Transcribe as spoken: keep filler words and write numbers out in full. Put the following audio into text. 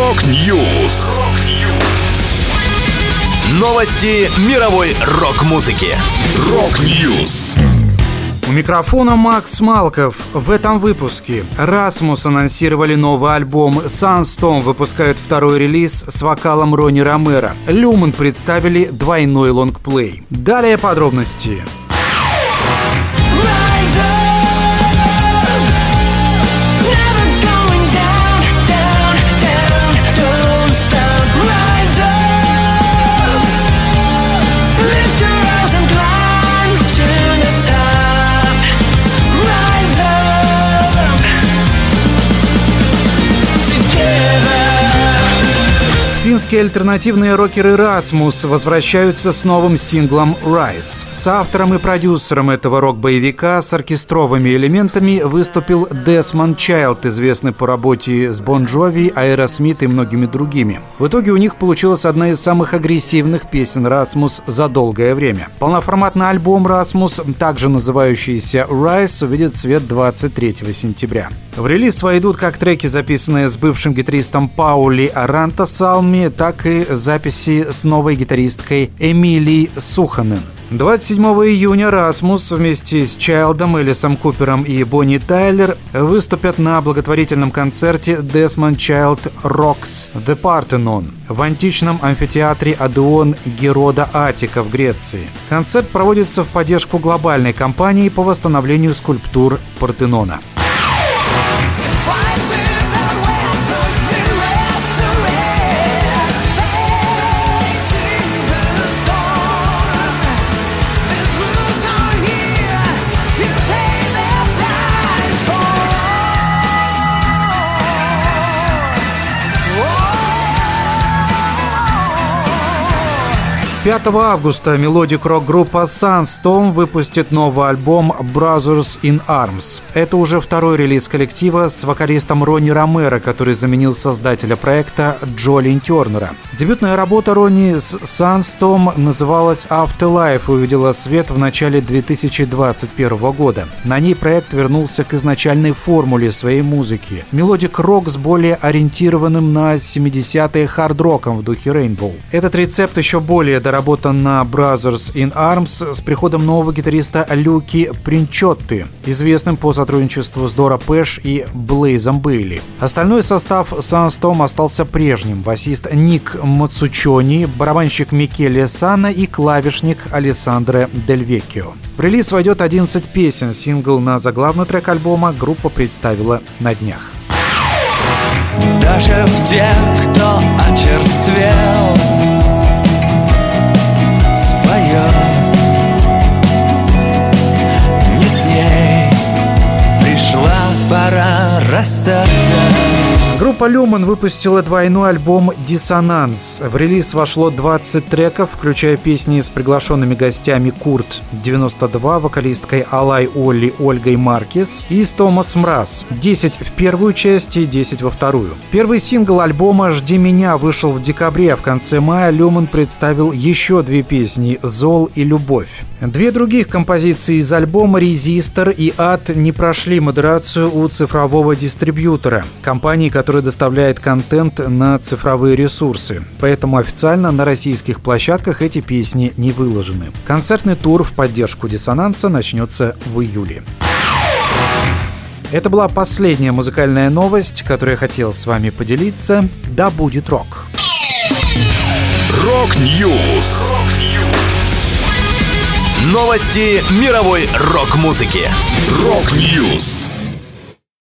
Рок-Ньюс. Новости мировой рок-музыки. Рок-Ньюс. У микрофона Макс Малков. В этом выпуске Rasmus анонсировали новый альбом, Sunstorm выпускают второй релиз с вокалом Ронни Ромеро, Lumen представили двойной лонгплей. Далее подробности. Финские альтернативные рокеры Rasmus возвращаются с новым синглом «Rise». Соавтором и продюсером этого рок-боевика с оркестровыми элементами выступил Десмонд Чайлд, известный по работе с Бон Джови, Аэросмит и многими другими. В итоге у них получилась одна из самых агрессивных песен Rasmus за долгое время. Полноформатный альбом Rasmus, также называющийся «Rise», увидит свет двадцать третьего сентября. В релиз войдут как треки, записанные с бывшим гитаристом Паули Рантасалми, так и записи с новой гитаристкой Эмилией Суханен. двадцать седьмого июня Rasmus вместе с Чайлдом, Элисом Купером и Бонни Тайлер выступят на благотворительном концерте Desmond Child Rocks The Parthenon в античном амфитеатре Адеон Герода Аттика в Греции. Концерт проводится в поддержку глобальной кампании по восстановлению скульптур Партенона. пятого августа мелодик-рок-группа Sunstorm выпустит новый альбом Brothers in Arms. Это уже второй релиз коллектива с вокалистом Ронни Ромеро, который заменил создателя проекта Джолин Тернера. Дебютная работа Ронни с Sunstorm называлась Afterlife и увидела свет в начале две тысячи двадцать первого года. На ней проект вернулся к изначальной формуле своей музыки. Мелодик-рок с более ориентированным на семидесятые хард-роком в духе Rainbow. Этот рецепт еще более доработан работа на Brothers in Arms с приходом нового гитариста Люки Принчотти, известным по сотрудничеству с Дора Пэш и Блейзом Бейли. Остальной состав Sunstorm остался прежним: басист Ник Мацучони, барабанщик Микеле Сана и клавишник Алессандро Дель Веккио. В релиз войдет одиннадцать песен. Сингл на заглавный трек альбома группа представила на днях. Даже в тех, кто очерствел, не с ней пришла пора расстаться. Группа Lumen выпустила двойной альбом «Диссонанс». В релиз вошло двадцать треков, включая песни с приглашенными гостями Курт девяносто два, вокалисткой Алай Олли Ольгой Маркес и с Томас Мраз. десять в первую часть и десять во вторую. Первый сингл альбома «Жди меня» вышел в декабре, а в конце мая Lumen представил еще две песни «Зол» и «Любовь». Две других композиции из альбома «Резистор» и «Ад» не прошли модерацию у цифрового дистрибьютора, компании, которая доставляет контент на цифровые ресурсы. Поэтому официально на российских площадках эти песни не выложены. Концертный тур в поддержку «Диссонанса» начнется в июле. Это была последняя музыкальная новость, которую я хотел с вами поделиться. Да будет рок! Рок-Ньюс. Новости мировой рок-музыки. Рок-Ньюс.